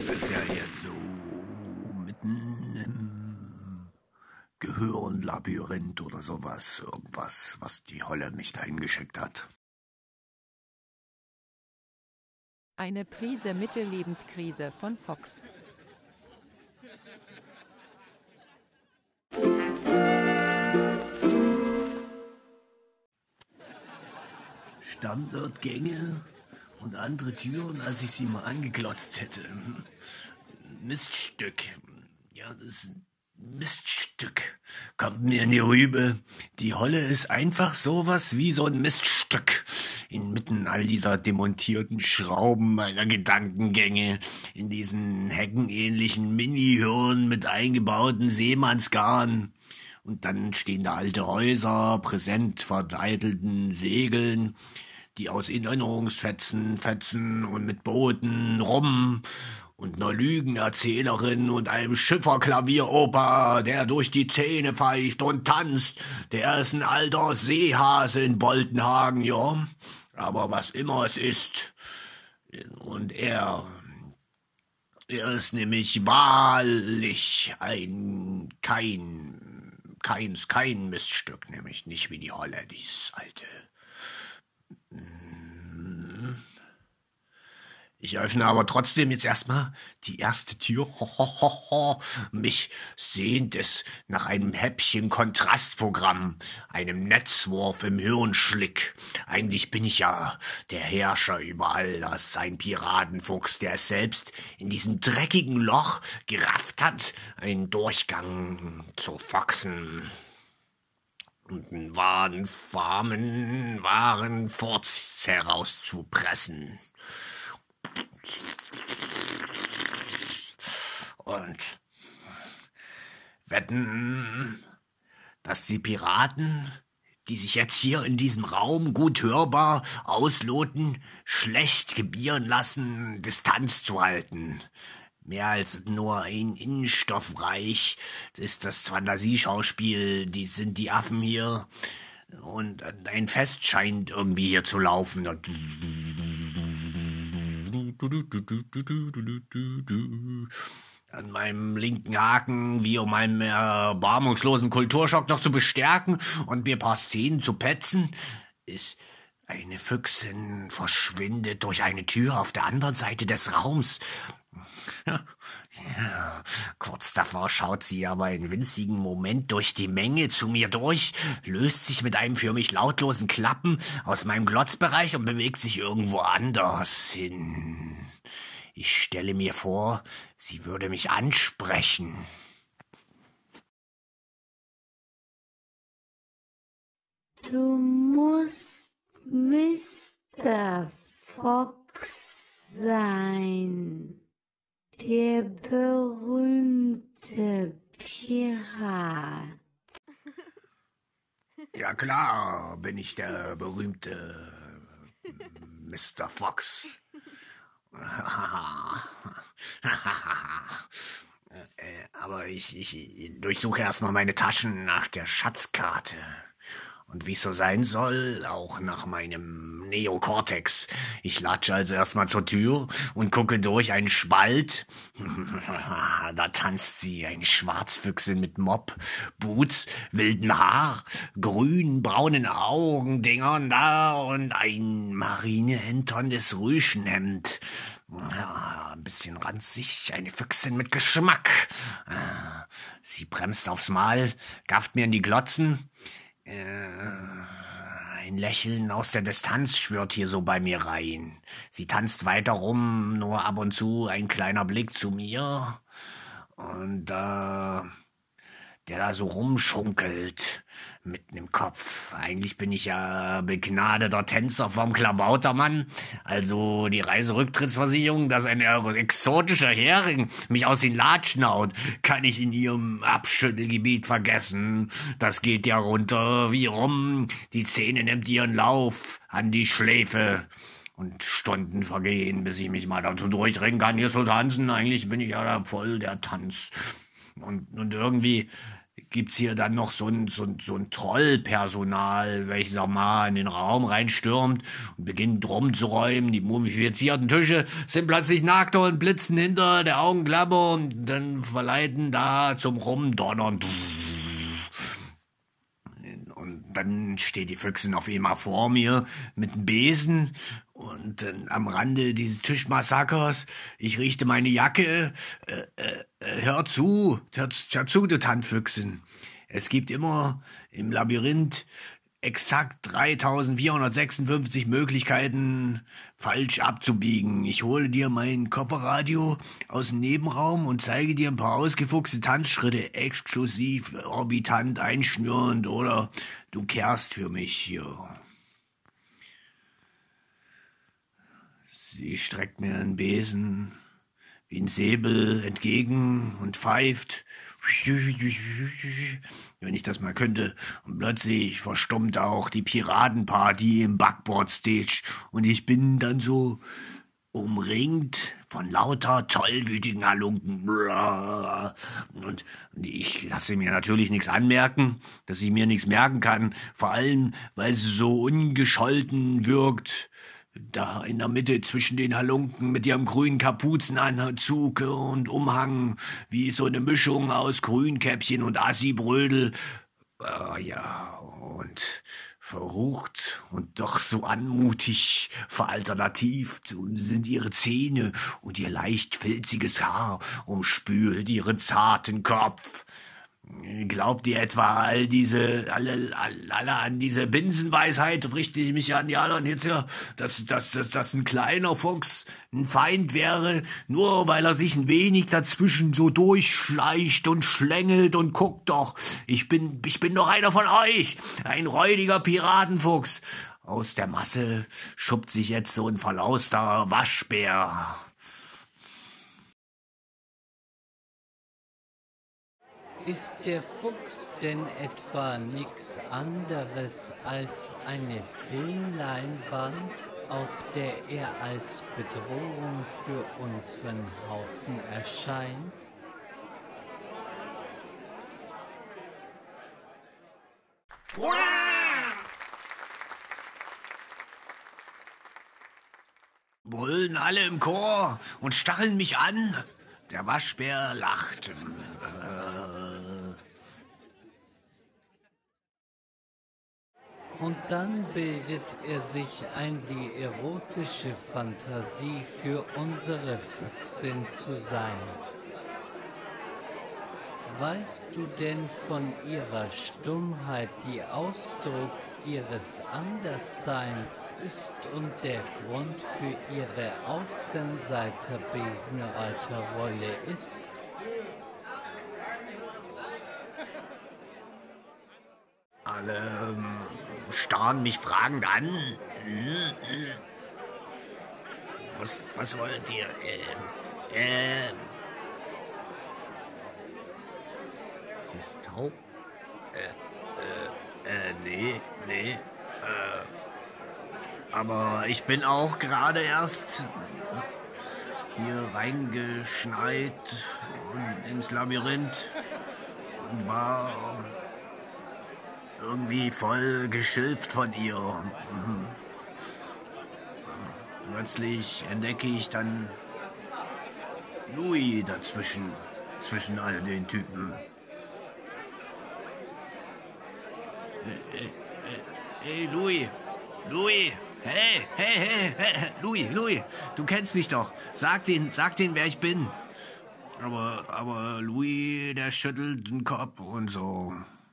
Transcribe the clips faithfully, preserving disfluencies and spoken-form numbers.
ist ja jetzt so mitten im Gehirnlabyrinth oder sowas. Irgendwas, was die Holle mich da hingeschickt hat. Eine Prise Mittellebenskrise von Fox. Standardgänge und andere Türen, als ich sie mal angeglotzt hätte. Miststück. Ja, das ist ein Miststück. Kommt mir in die Rübe. Die Holle ist einfach sowas wie so ein Miststück. Inmitten all dieser demontierten Schrauben meiner Gedankengänge, in diesen heckenähnlichen Mini-Hirnen mit eingebauten Seemannsgarn. Und dann stehen da alte Häuser, präsent verdeitelten Segeln, die aus Erinnerungsfetzen fetzen und mit Booten rum und einer Lügenerzählerin und einem Schifferklavieroper, der durch die Zähne pfeift und tanzt. Der ist ein alter Seehase in Boltenhagen, ja. Aber was immer es ist. Und er, er ist nämlich wahrlich ein, kein, keins, kein Miststück, nämlich nicht wie die Holle, dieses alte. Ich öffne aber trotzdem jetzt erstmal die erste Tür. Ho, ho, ho, ho. Mich sehnt es nach einem Häppchen Kontrastprogramm, einem Netzwurf im Hirnschlick. Eigentlich bin ich ja der Herrscher über all das, ein Piratenfuchs, der es selbst in diesem dreckigen Loch gerafft hat, einen Durchgang zu foxen und einen wahren Farmen, wahren Furz herauszupressen. Und wetten, dass die Piraten, die sich jetzt hier in diesem Raum gut hörbar ausloten, schlecht gebieren lassen, Distanz zu halten. Mehr als nur ein Innenstoffreich ist das Fantasieschauspiel, die sind die Affen hier. Und ein Fest scheint irgendwie hier zu laufen. An meinem linken Haken, wie um meinen erbarmungslosen Kulturschock noch zu bestärken und mir ein paar Szenen zu petzen, ist eine Füchsin verschwindet durch eine Tür auf der anderen Seite des Raums. Ja, kurz davor schaut sie aber einen winzigen Moment durch die Menge zu mir durch, löst sich mit einem für mich lautlosen Klappen aus meinem Glotzbereich und bewegt sich irgendwo anders hin. Ich stelle mir vor, sie würde mich ansprechen. Du musst Mister Fox sein. Der berühmte Pirat. Ja klar, bin ich der berühmte Mister Fox. Aber ich, ich durchsuche erstmal meine Taschen nach der Schatzkarte. Und wie es so sein soll, auch nach meinem Neokortex. Ich latsche also erstmal zur Tür und gucke durch einen Spalt. Da tanzt sie, eine Schwarzfüchsin mit Mob, Boots, wilden Haar, grün, braunen Augen, Dingern da und ein marinehemdonnes Rüschenhemd. Ja, ein bisschen ranzig, eine Füchsin mit Geschmack. Sie bremst aufs Mal, gafft mir in die Glotzen. Ein Lächeln aus der Distanz schwirrt hier so bei mir rein. Sie tanzt weiter rum, nur ab und zu ein kleiner Blick zu mir. Und äh, der da so rumschunkelt, mitten im Kopf. Eigentlich bin ich ja begnadeter Tänzer vom Klabautermann. Also die Reiserücktrittsversicherung, dass ein exotischer Hering mich aus den Latschen haut, kann ich in ihrem Abschüttelgebiet vergessen. Das geht ja runter wie rum. Die Szene nimmt ihren Lauf an die Schläfe. Und Stunden vergehen, bis ich mich mal dazu durchdringen kann, hier zu tanzen. Eigentlich bin ich ja da voll der Tanz. Und, und irgendwie gibt's hier dann noch so ein, so ein, so ein Trollpersonal, welches auch mal in den Raum reinstürmt und beginnt rumzuräumen. Die mumifizierten Tische sind plötzlich nackt und blitzen hinter der Augenklappe und dann verleiten da zum Rumdonnern. Und dann steht die Füchsin auf einmal vor mir mit einem Besen und äh, am Rande dieses Tischmassakers, ich richte meine Jacke, äh, äh, hör zu, hör, hör zu, du Tantfüchsin. Es gibt immer im Labyrinth exakt dreitausendvierhundertsechsundfünfzig Möglichkeiten, falsch abzubiegen. Ich hole dir mein Kofferradio aus dem Nebenraum und zeige dir ein paar ausgefuchste Tanzschritte, exklusiv, orbitant, einschnürend, oder du kehrst für mich hier. Sie streckt mir einen Besen wie ein Säbel entgegen und pfeift. Wenn ich das mal könnte. Und plötzlich verstummt auch die Piratenparty im Backboard-Stage und ich bin dann so umringt von lauter tollwütigen Halunken. Und ich lasse mir natürlich nichts anmerken, dass ich mir nichts merken kann, vor allem, weil sie so ungescholten wirkt. Da in der Mitte zwischen den Halunken mit ihrem grünen Kapuzenanzug und Umhang, wie so eine Mischung aus Grünkäppchen und Assibrödel. Äh, ja, und verrucht und doch so anmutig, veralternativ sind ihre Zähne und ihr leicht filziges Haar umspült ihren zarten Kopf. Glaubt ihr etwa all diese, alle, alle, alle an diese Binsenweisheit, richte ich mich an die anderen jetzt hier, dass, dass, dass, dass ein kleiner Fuchs ein Feind wäre, nur weil er sich ein wenig dazwischen so durchschleicht und schlängelt und guckt doch, ich bin, ich bin doch einer von euch, ein räudiger Piratenfuchs. Aus der Masse schuppt sich jetzt so ein verlauster Waschbär. Ist der Fuchs denn etwa nichts anderes als eine Filmleinwand, auf der er als Bedrohung für unseren Haufen erscheint? Brüllen alle im Chor und stacheln mich an. Der Waschbär lacht. Und dann bildet er sich ein, die erotische Fantasie für unsere Füchsin zu sein. Weißt du denn von ihrer Stummheit, die Ausdruck ihres Andersseins ist und der Grund für ihre Außenseiter-Besenreiterrolle ist? Alle ähm, starren mich fragend an. Was, was wollt ihr? Äh, äh. Sie ist taub? Äh, äh, äh, nee, nee. Äh, aber ich bin auch gerade erst hier reingeschneit und ins Labyrinth und war irgendwie voll geschilft von ihr. Mhm. Plötzlich entdecke ich dann Louis dazwischen, zwischen all den Typen. Äh, äh, hey, Louis, Louis, hey, hey, hey, hey, Louis, Louis, du kennst mich doch. Sag denen, sag denen, wer ich bin. Aber, aber Louis, der schüttelt den Kopf und so.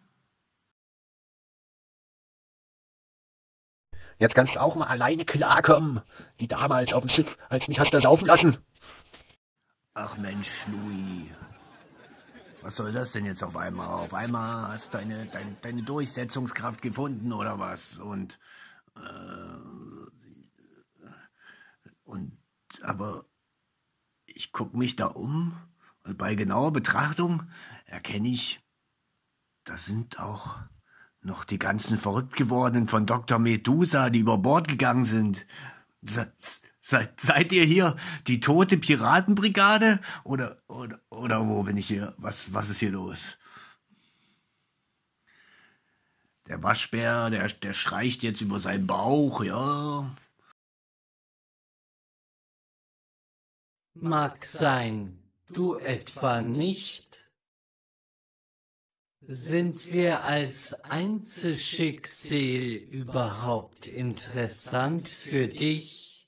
Jetzt kannst du auch mal alleine klarkommen, wie damals auf dem Schiff, als mich hast du saufen lassen. Ach Mensch, Louis. Was soll das denn jetzt auf einmal? Auf einmal hast du deine, deine, deine Durchsetzungskraft gefunden oder was? Und, äh, und, aber ich guck mich da um und bei genauer Betrachtung erkenne ich, da sind auch noch die ganzen verrückt gewordenen von Doktor Medusa, die über Bord gegangen sind. Se, seid, seid ihr hier die tote Piratenbrigade? Oder, oder, oder wo bin ich hier? Was, was ist hier los? Der Waschbär, der, der streicht jetzt über seinen Bauch, ja. Mag sein, du etwa nicht? Sind wir als Einzelschicksal überhaupt interessant für dich?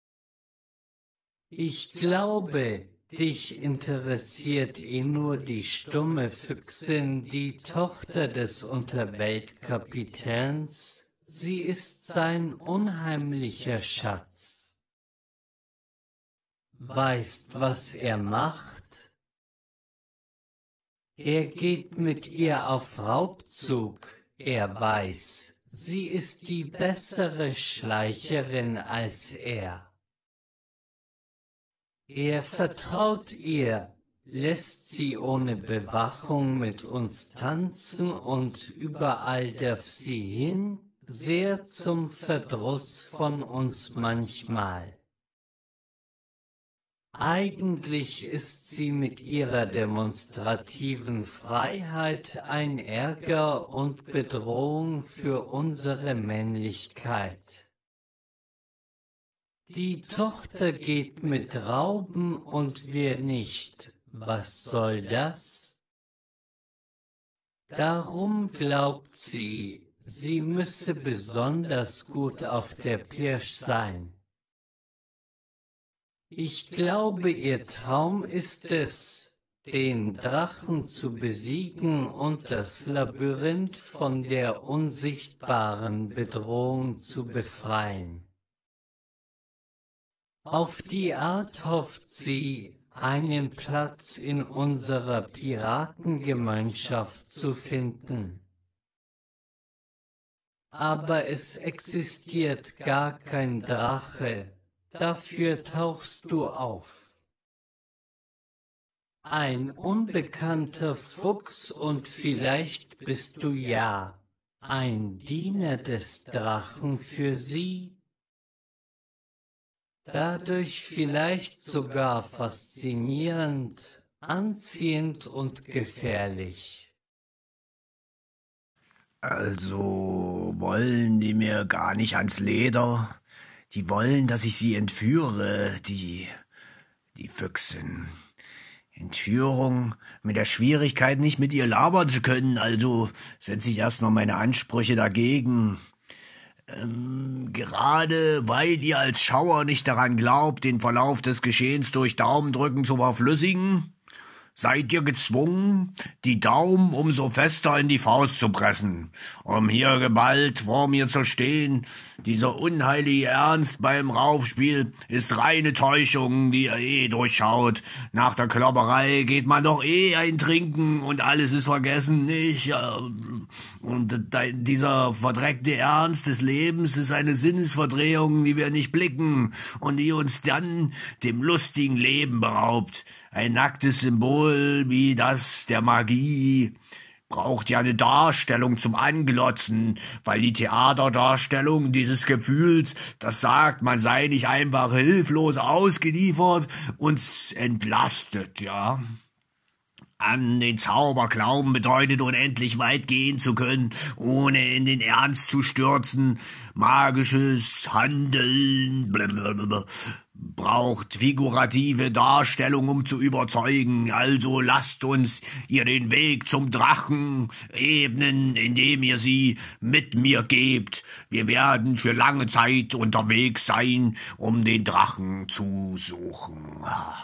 Ich glaube, dich interessiert eh nur die stumme Füchsin, die Tochter des Unterweltkapitäns. Sie ist sein unheimlicher Schatz. Weißt, was er macht? Er geht mit ihr auf Raubzug. Er weiß, sie ist die bessere Schleicherin als er. Er vertraut ihr, lässt sie ohne Bewachung mit uns tanzen und überall darf sie hin, sehr zum Verdruss von uns manchmal. Eigentlich ist sie mit ihrer demonstrativen Freiheit ein Ärger und Bedrohung für unsere Männlichkeit. Die Tochter geht mit Rauben und wir nicht. Was soll das? Darum glaubt sie, sie müsse besonders gut auf der Pirsch sein. Ich glaube, ihr Traum ist es, den Drachen zu besiegen und das Labyrinth von der unsichtbaren Bedrohung zu befreien. Auf die Art hofft sie, einen Platz in unserer Piratengemeinschaft zu finden. Aber es existiert gar kein Drache, dafür tauchst du auf. Ein unbekannter Fuchs und vielleicht bist du ja ein Diener des Drachen für sie. Dadurch vielleicht sogar faszinierend, anziehend und gefährlich. Also wollen die mir gar nicht ans Leder? Die wollen, dass ich sie entführe, die, die Füchsin. Entführung mit der Schwierigkeit, nicht mit ihr labern zu können, also setze ich erst noch meine Ansprüche dagegen. Ähm, gerade weil ihr als Schauer nicht daran glaubt, den Verlauf des Geschehens durch Daumendrücken zu verflüssigen, seid ihr gezwungen, die Daumen umso fester in die Faust zu pressen, um hier geballt vor mir zu stehen. Dieser unheilige Ernst beim Raufspiel ist reine Täuschung, die ihr eh durchschaut. Nach der Klopperei geht man doch eh ein Trinken und alles ist vergessen, nicht? Und dieser verdreckte Ernst des Lebens ist eine Sinnesverdrehung, die wir nicht blicken und die uns dann dem lustigen Leben beraubt. Ein nacktes Symbol wie das der Magie braucht ja eine Darstellung zum Anglotzen, weil die Theaterdarstellung dieses Gefühls, das sagt, man sei nicht einfach hilflos ausgeliefert, uns entlastet, ja. An den Zauber glauben bedeutet unendlich weit gehen zu können, ohne in den Ernst zu stürzen. Magisches Handeln blablabla braucht figurative Darstellung, um zu überzeugen. Also lasst uns ihr den Weg zum Drachen ebnen, indem ihr sie mit mir gebt. Wir werden für lange Zeit unterwegs sein, um den Drachen zu suchen.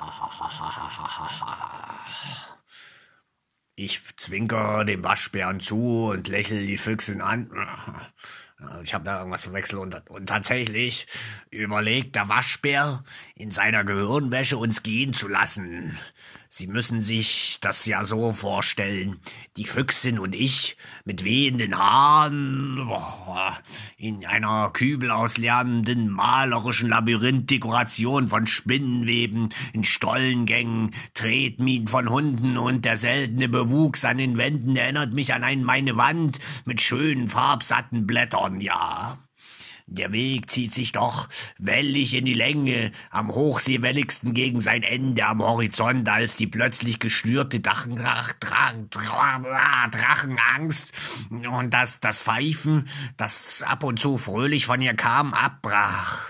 Ich zwinker dem Waschbären zu und lächle die Füchsin an. Ich habe da irgendwas verwechselt und, und tatsächlich überlegt der Waschbär, in seiner Gehirnwäsche uns gehen zu lassen. Sie müssen sich das ja so vorstellen, die Füchsin und ich mit wehenden Haaren boah, in einer kübelausleerenden malerischen Labyrinthdekoration von Spinnenweben, in Stollengängen, Tretminen von Hunden und der seltene Bewuchs an den Wänden erinnert mich an eine meine Wand mit schönen farbsatten Blättern, ja. Der Weg zieht sich doch wellig in die Länge, am hochseewelligsten gegen sein Ende am Horizont, als die plötzlich geschnürte Drachendrach, Drach, Drach, Drachenangst und das, das Pfeifen, das ab und zu fröhlich von ihr kam, abbrach.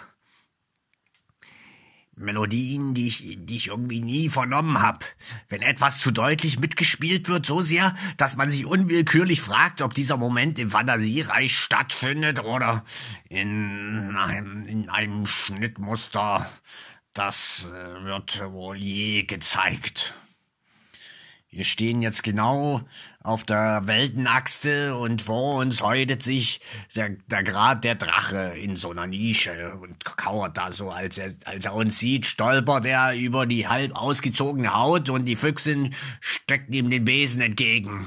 Melodien, die ich, die ich irgendwie nie vernommen hab. Wenn etwas zu deutlich mitgespielt wird, so sehr, dass man sich unwillkürlich fragt, ob dieser Moment im Fantasiereich stattfindet oder in einem, in einem Schnittmuster, das äh, wird wohl je gezeigt. Wir stehen jetzt genau auf der Weltenachse und vor uns häutet sich der, der Grad der Drache in so einer Nische und kauert da so, als er, als er uns sieht, stolpert er über die halb ausgezogene Haut und die Füchsin steckt ihm den Besen entgegen.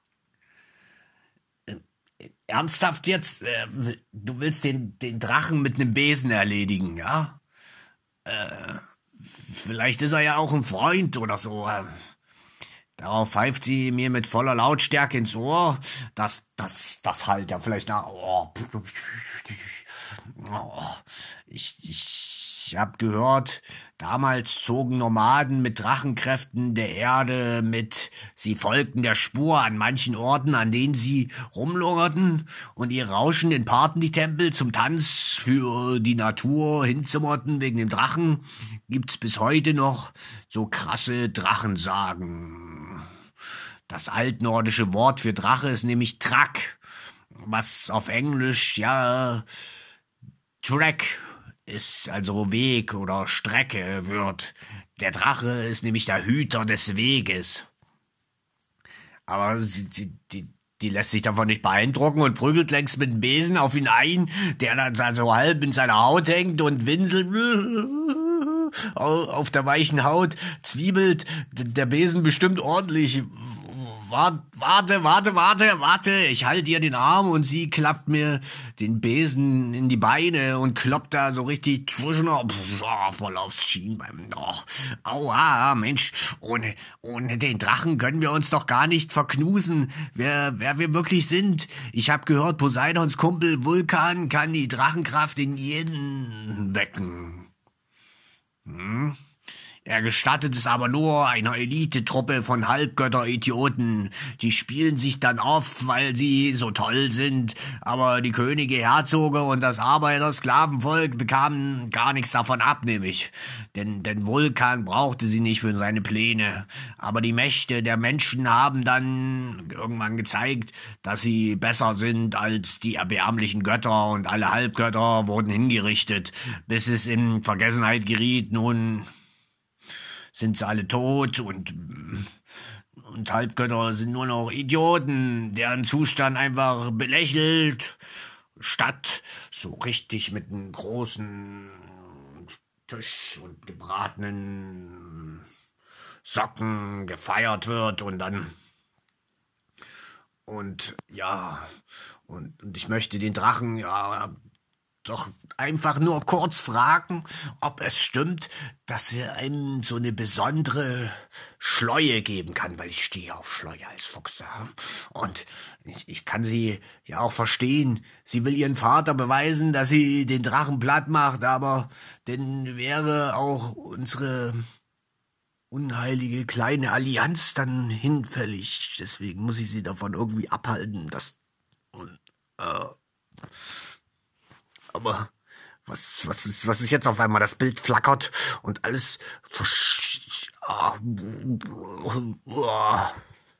Ernsthaft jetzt? Äh, du willst den, den Drachen mit einem Besen erledigen, ja? Äh, vielleicht ist er ja auch ein Freund oder so. Darauf pfeift sie mir mit voller Lautstärke ins Ohr. Das, das, das halt ja vielleicht da. Oh. Oh. Ich, ich hab gehört, damals zogen Nomaden mit Drachenkräften der Erde mit. Sie folgten der Spur an manchen Orten, an denen sie rumlungerten und ihr rauschenden Party-Tempel zum Tanz für die Natur hinzimmerten wegen dem Drachen. Gibt's bis heute noch so krasse Drachensagen. Das altnordische Wort für Drache ist nämlich Trak, was auf Englisch ja Track ist, also Weg oder Strecke wird. Der Drache ist nämlich der Hüter des Weges. Aber sie, die, die, die lässt sich davon nicht beeindrucken und prügelt längst mit dem Besen auf ihn ein, der dann, dann so halb in seiner Haut hängt und winselt auf der weichen Haut, zwiebelt der Besen bestimmt ordentlich. Warte, warte, warte, warte, warte, ich halte ihr den Arm und sie klappt mir den Besen in die Beine und kloppt da so richtig zwischen, oh, voll aufs Schienbein. Oh, aua, Mensch, ohne, ohne den Drachen können wir uns doch gar nicht verknusen, wer, wer wir wirklich sind. Ich hab gehört, Poseidons Kumpel Vulkan kann die Drachenkraft in jeden wecken. Hm? Er gestattet es aber nur einer Elitetruppe von Halbgötter-Idioten. Die spielen sich dann auf, weil sie so toll sind. Aber die Könige, Herzoge und das Arbeiter-Sklavenvolk bekamen gar nichts davon ab, nämlich. Denn, denn Vulkan brauchte sie nicht für seine Pläne. Aber die Mächte der Menschen haben dann irgendwann gezeigt, dass sie besser sind als die erbärmlichen Götter und alle Halbgötter wurden hingerichtet, bis es in Vergessenheit geriet. Nun sind sie alle tot und, und Halbgötter sind nur noch Idioten, deren Zustand einfach belächelt, statt so richtig mit einem großen Tisch und gebratenen Socken gefeiert wird und dann und ja und, und ich möchte den Drachen ja doch einfach nur kurz fragen, ob es stimmt, dass er einem so eine besondere Schleue geben kann, weil ich stehe auf Schleue als Fuchs. Ja? Und ich, ich kann sie ja auch verstehen. Sie will ihren Vater beweisen, dass sie den Drachen platt macht, aber dann wäre auch unsere unheilige kleine Allianz dann hinfällig. Deswegen muss ich sie davon irgendwie abhalten, dass und, äh, aber was, was ist, was ist jetzt auf einmal? Das Bild flackert und alles versch... Ah, ah.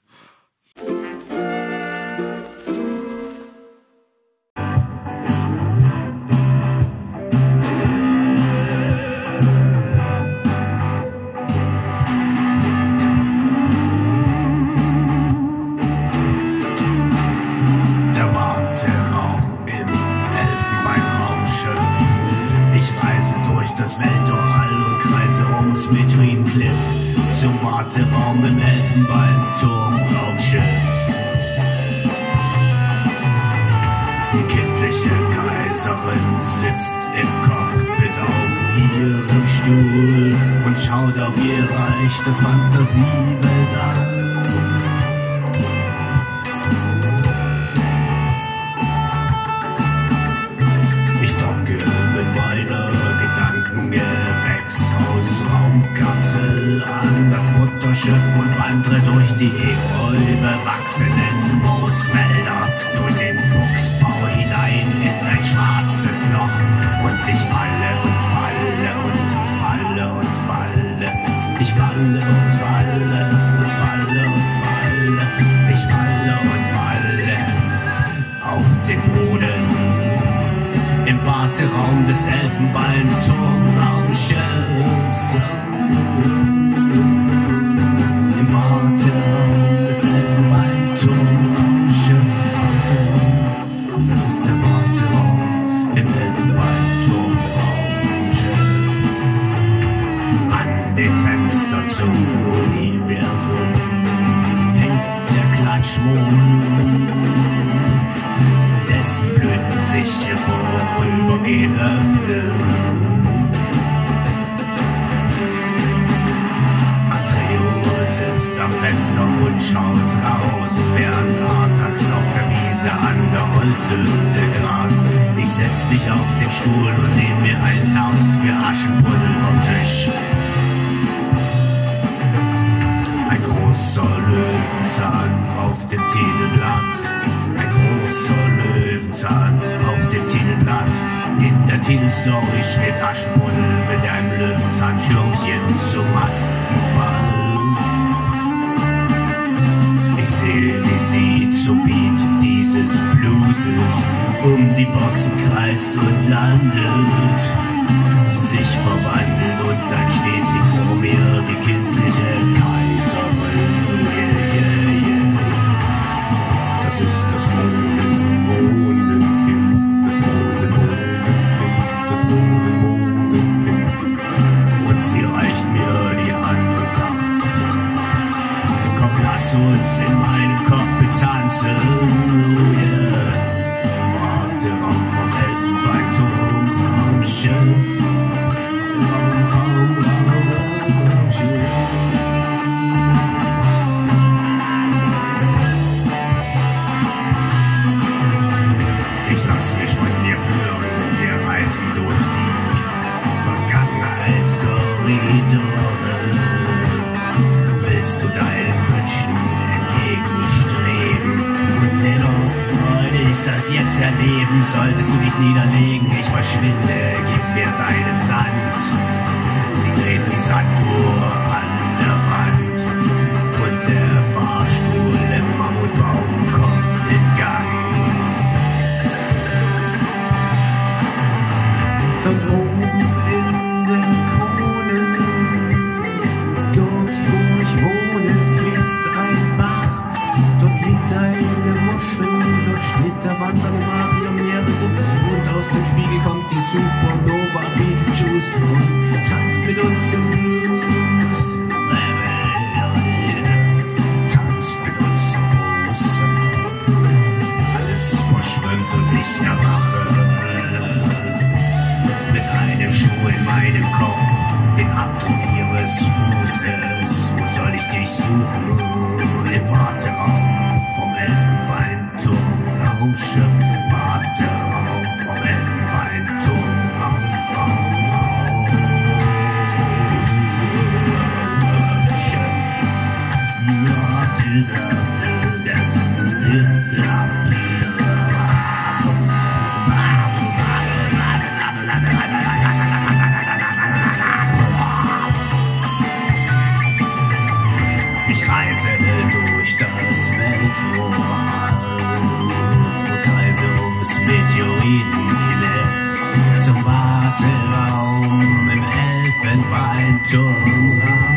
Das Weltall und kreise ums Meteoritenkliff zum Warteraum im Elfenbeinturm-Raumschiff. Die kindliche Kaiserin sitzt im Cockpit auf ihrem Stuhl und schaut auf ihr Reich, das Fantasieweltall. Kapsel an das Mutterschiff und wandere durch die überwachsenen Mooswälder, durch den Fuchsbau hinein in ein schwarzes Loch. Und ich falle und falle und falle und falle. Ich falle und falle und falle und falle. Ich falle und falle auf den Boden im Warteraum des Elfenbeinturmraumschiffs. Im Warteraum des Elfenbeinturmraumschiffs. Das ist der Warteraum im Elfenbeinturmraumschiff. An den Fenstern zum Universum hängt der Klatschmond, dessen Blüten sich im Vorübergehen öffnen. Atreus sitzt am Fenster und schaut raus, während Artax auf der Wiese an der Holzhütte grast. Ich setz mich auf den Stuhl und nehm mir ein Herz für Aschenputtel vom Tisch. Ein großer Löwenzahn auf dem Titelblatt. Ein großer Löwenzahn auf dem Titelblatt. In der Titelstory steht Aschenputtel mit einem Löwenzahnschirmchen zum Maskenball. Ich sehe, wie sie zum Beat dieses Blueses um die Boxen kreist und landet, sich verwandelt und dann steht sie vor mir, die kindliche Kaiserin. Yeah, yeah, yeah. Das ist das Monden, Mondenkind, das Monden, Mondenkind, das Monden, Mondenkind. Und sie reicht mir die Hand und sagt: Komm, lass uns in meinem Cockpit tanzen. Oh yeah. Warteraum vom Elfenbeinturm, Raumschiff. Raum, Raum, Raum, Raumschiff. Ich lass mich von dir führen, wir reisen durch die Vergangenheitskorridore. Willst du deinen Wünschen entgegenstreben und dennoch freudig das jetzt erleben? Solltest du dich niederlegen, ich verschwinde, gib mir deinen Sand. Sie dreht die Sanduhr an der Wand und der Fahrstuhl im Mammutbaum kommt in Gang. Dort oben in den Kronen, dort wo ich wohne, fließt ein Bach. Dort liegt eine Muschel, dort steht der wandernde Magier Meredith. Und aus dem Spiegel kommt die Supernova Beetlejuice und tanzt mit uns im Blues. Tanzt mit uns im Blues. Alles verschwimmt und ich erwache mit einem Schuh in meinem Kopf, den Abdruck ihres Fußes. Wo soll ich dich suchen? Im Warteraum vom Elfenbeinturm, Raumschiff. Warteraum vom Elfenbeinturm, Raum, Raum, Raumschiff. Ja, Bilder, Bilder, Bilder. Ich reise durch das Weltall und kreise ums Meteoritenkliff zum Warteraum im Elfenbeinturm.